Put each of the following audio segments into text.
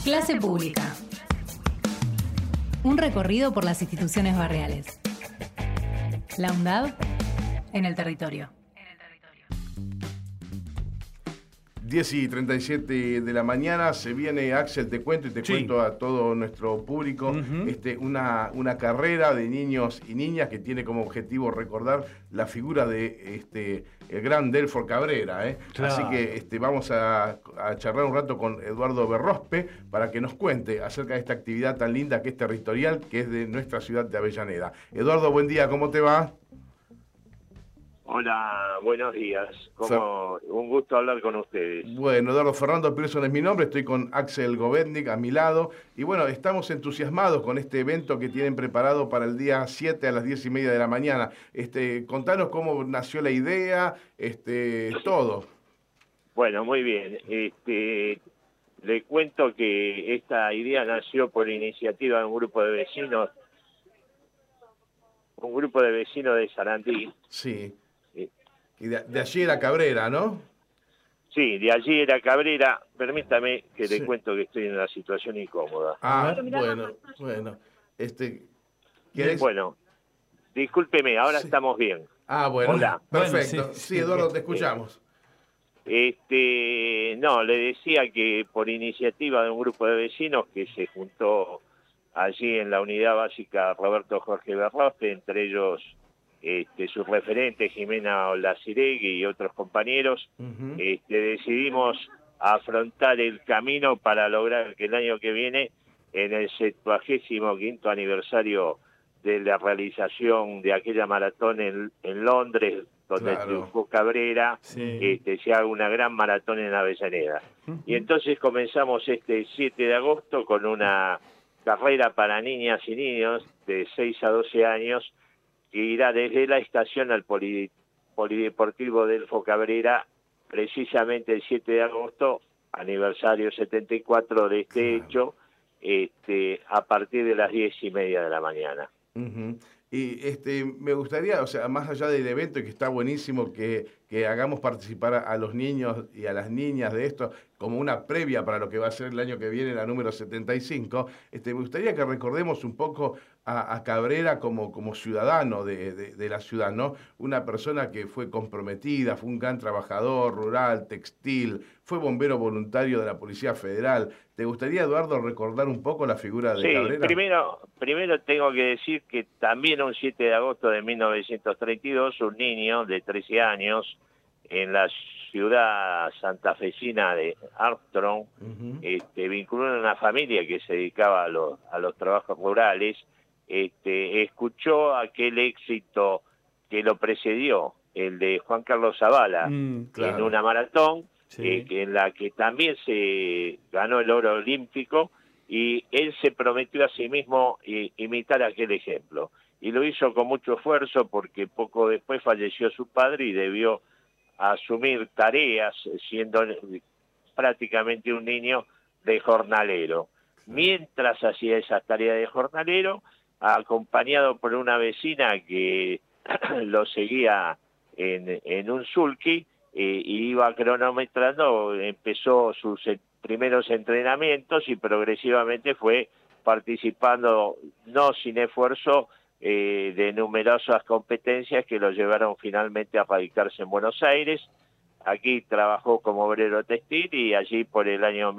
Clase Pública. Un recorrido por las instituciones barriales. La UNDAD en el territorio. 10:37 de la mañana, se viene, Axel, te cuento y te cuento a todo nuestro público, una carrera de niños y niñas que tiene como objetivo recordar la figura de el gran Delfos Cabrera, Claro. Así que vamos a charlar un rato con Eduardo Berrospe para que nos cuente acerca de esta actividad tan linda que es territorial, que es de nuestra ciudad de Avellaneda. Eduardo, buen día, ¿cómo te va? Hola, buenos días. Un gusto hablar con ustedes. Bueno, Eduardo, Fernando Pearson es mi nombre, estoy con Axel Govetnik a mi lado. Y bueno, estamos entusiasmados con este evento que tienen preparado para el día 7 a las 10:30 de la mañana. Contanos cómo nació la idea, todo. Bueno, muy bien. Le cuento que esta idea nació por iniciativa de un grupo de vecinos de Sarandí. Sí. Y de allí era Cabrera, ¿no? Sí, de allí era Cabrera. Permítame que le cuento que estoy en una situación incómoda. Bueno. Bueno, discúlpeme, ahora estamos bien. Bueno. Hola. Perfecto. Bueno, sí, Eduardo, te escuchamos. No, le decía que por iniciativa de un grupo de vecinos que se juntó allí en la unidad básica Roberto Jorge Berrospe, entre ellos sus referentes Jimena Olaciregui y otros compañeros, decidimos afrontar el camino para lograr que el año que viene, en el 75º aniversario de la realización de aquella maratón en Londres, donde triunfó Cabrera, se haga una gran maratón en Avellaneda. Y entonces comenzamos este 7 de agosto con una carrera para niñas y niños de 6 a 12 años, que irá desde la estación al Polideportivo Delfos Cabrera, precisamente el 7 de agosto, aniversario 74 de este hecho, a partir de las 10:30 de la mañana. Y me gustaría, o sea, más allá del evento, y que está buenísimo que hagamos participar a los niños y a las niñas de esto, como una previa para lo que va a ser el año que viene, la número 75, me gustaría que recordemos un poco a Cabrera como ciudadano de la ciudad, ¿no? Una persona que fue comprometida, fue un gran trabajador rural, textil, fue bombero voluntario de la Policía Federal. ¿Te gustaría, Eduardo, recordar un poco la figura de Cabrera? Primero tengo que decir que también un 7 de agosto de 1932, un niño de 13 años en la ciudad santafesina de Armstrong, vinculado a una familia que se dedicaba a los trabajos rurales, escuchó aquel éxito que lo precedió, el de Juan Carlos Zavala, en una maratón, en la que también se ganó el oro olímpico, y él se prometió a sí mismo imitar aquel ejemplo. Y lo hizo con mucho esfuerzo porque poco después falleció su padre y debió asumir tareas, siendo prácticamente un niño de jornalero. Mientras hacía esas tareas de jornalero, acompañado por una vecina que lo seguía en un sulky, y iba cronometrando, empezó sus primeros entrenamientos y progresivamente fue participando, no sin esfuerzo, de numerosas competencias que lo llevaron finalmente a radicarse en Buenos Aires. Aquí trabajó como obrero textil y allí por el año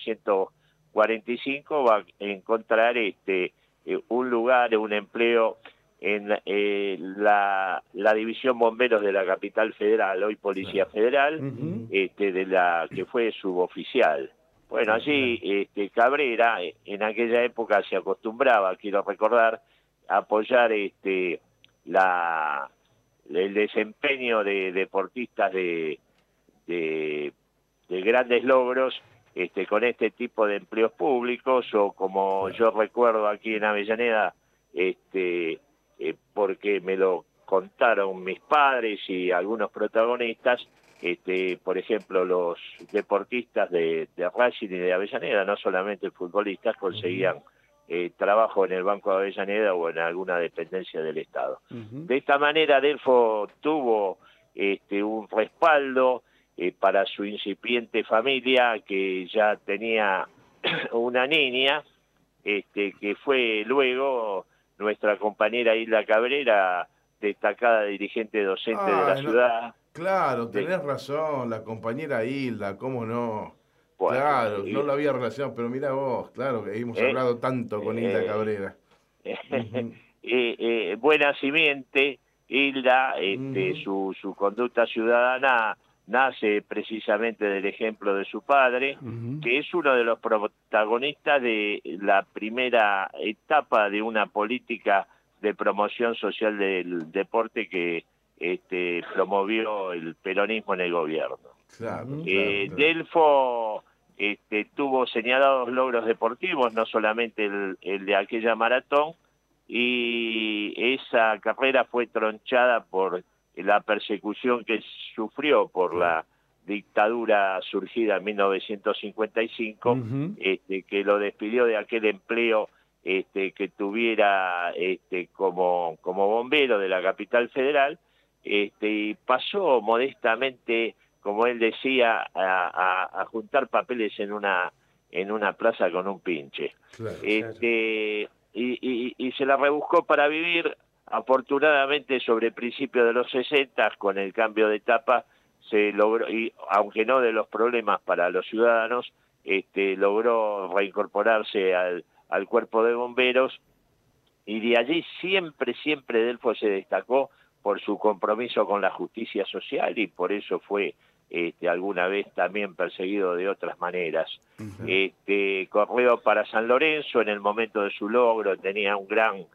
1945 va a encontrar un lugar, un empleo en la División Bomberos de la Capital Federal, hoy Policía Federal, de la que fue suboficial. Bueno, allí Cabrera en aquella época se acostumbraba, quiero recordar, a apoyar el desempeño de deportistas de grandes logros, con este tipo de empleos públicos, o como yo recuerdo aquí en Avellaneda, porque me lo contaron mis padres y algunos protagonistas, por ejemplo, los deportistas de Racing y de Avellaneda, no solamente futbolistas, conseguían trabajo en el Banco de Avellaneda o en alguna dependencia del Estado. De esta manera, Delfos tuvo un respaldo para su incipiente familia, que ya tenía una niña que fue luego nuestra compañera Hilda Cabrera, destacada dirigente docente de la ciudad. Claro, tenés razón, la compañera Hilda, ¿cómo no? Bueno, Claro, no lo había relacionado, pero mira vos, claro que hemos hablado tanto con Hilda Cabrera. Ujú. Buena simiente, Hilda, su conducta ciudadana nace precisamente del ejemplo de su padre, que es uno de los protagonistas de la primera etapa de una política de promoción social del deporte que promovió el peronismo en el gobierno. Claro, claro. Delfo tuvo señalados logros deportivos, no solamente el de aquella maratón, y esa carrera fue tronchada por la persecución que sufrió por la dictadura surgida en 1955, que lo despidió de aquel empleo que tuviera como bombero de la capital federal, y pasó modestamente, como él decía, a juntar papeles en una plaza con un pinche. Claro, Y se la rebuscó para vivir. Afortunadamente, sobre principios de los 60, con el cambio de etapa, se logró, y aunque no de los problemas para los ciudadanos, logró reincorporarse al cuerpo de bomberos, y de allí siempre Delfo se destacó por su compromiso con la justicia social, y por eso fue alguna vez también perseguido de otras maneras. Corrió para San Lorenzo en el momento de su logro, tenía un gran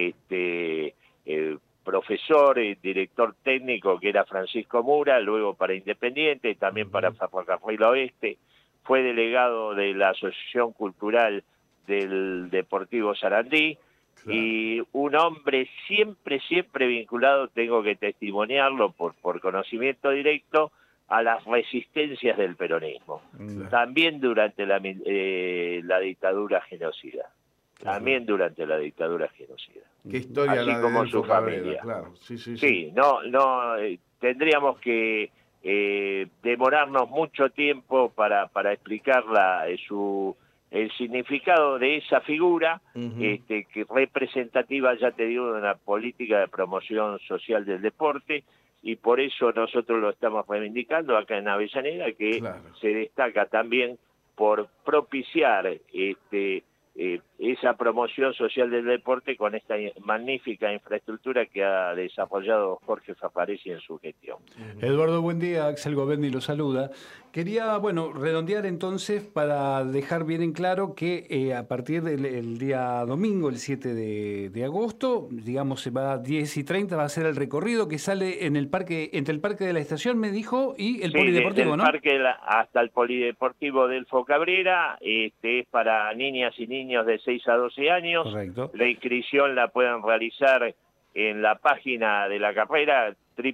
profesor y director técnico que era Francisco Mura, luego para Independiente, también para Ferrocarril Oeste, fue delegado de la Asociación Cultural del Deportivo Sarandí, y un hombre siempre vinculado, tengo que testimoniarlo por conocimiento directo, a las resistencias del peronismo, también durante la dictadura genocida. También durante la dictadura genocida. Qué historia así la de como Delfo su Cabrera, familia. claro. Sí. Sí, tendríamos que demorarnos mucho tiempo para explicar el significado de esa figura, que representativa, ya te digo, de una política de promoción social del deporte, y por eso nosotros lo estamos reivindicando acá en Avellaneda, que se destaca también por propiciar esa promoción social del deporte con esta magnífica infraestructura que ha desarrollado Jorge Faparesi en su gestión. Eduardo, buen día. Axel Govendi lo saluda. Quería, redondear entonces para dejar bien en claro que a partir del día domingo, el 7 de agosto, digamos, se va a 10:30, va a ser el recorrido que sale en el parque, entre el Parque de la Estación, me dijo, y el Polideportivo, ¿no? Desde el parque hasta el Polideportivo Delfo Cabrera, es para niñas y niños de 6 a 12 años. Correcto. La inscripción la pueden realizar en la página de la carrera,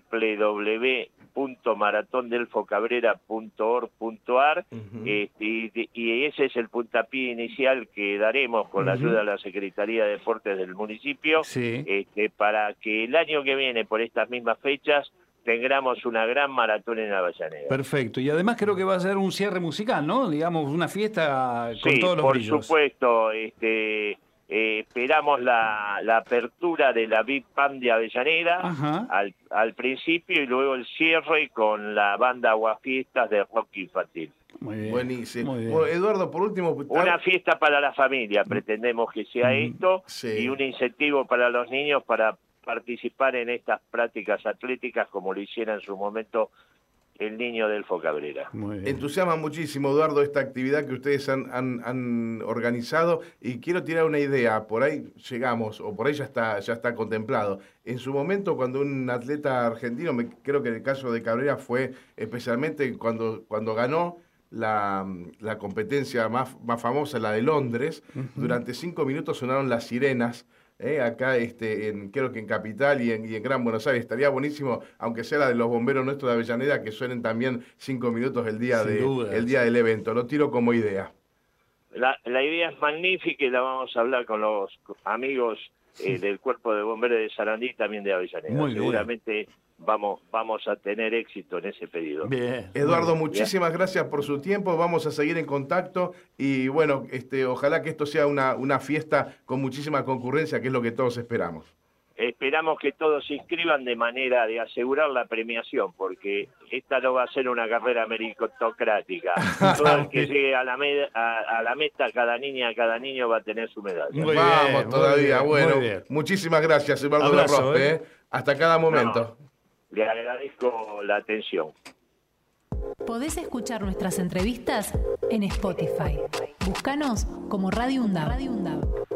www.maratondelfocabrera.org.ar, y ese es el puntapié inicial que daremos con la ayuda de la Secretaría de Deportes del municipio, para que el año que viene, por estas mismas fechas, tengamos una gran maratón en Avellaneda. Perfecto, y además creo que va a ser un cierre musical, ¿no? Digamos, una fiesta con todos los brillos. Sí, por supuesto, esperamos la apertura de la Big Band de Avellaneda al principio, y luego el cierre con la banda Aguafiestas de rock infantil. Muy bien. Buenísimo. Muy bien. Bueno, Eduardo, por último... Una fiesta para la familia, pretendemos que sea esto, y un incentivo para los niños para participar en estas prácticas atléticas como lo hiciera en su momento el niño Delfo Cabrera. Entusiasma muchísimo, Eduardo, esta actividad que ustedes han organizado, y quiero tirar una idea, por ahí llegamos, o por ahí ya está contemplado. En su momento, cuando un atleta argentino, creo que en el caso de Cabrera fue especialmente cuando ganó la competencia más famosa, la de Londres, durante 5 minutos sonaron las sirenas, acá creo que en Capital y en Gran Buenos Aires. Estaría buenísimo, aunque sea la de los bomberos nuestros de Avellaneda, que suenen también 5 minutos el día del evento. Lo tiro como idea. La idea es magnífica, y la vamos a hablar con los amigos del Cuerpo de Bomberos de Sarandí, también de Avellaneda. Seguramente vamos a tener éxito en ese pedido. Bien. Eduardo, muchísimas gracias por su tiempo. Vamos a seguir en contacto y bueno, ojalá que esto sea una fiesta con muchísima concurrencia, que es lo que todos esperamos. Esperamos que todos se inscriban de manera de asegurar la premiación, porque esta no va a ser una carrera meritocrática. Todo el que llegue a la meta, cada niña, cada niño va a tener su medalla. Muy Vamos bien, todavía. muy Bueno, bien. muchísimas gracias, Eduardo Abrazo, Larrospe. Hasta cada momento. Le agradezco la atención. Podés escuchar nuestras entrevistas en Spotify. Búscanos como Radio UNDAB.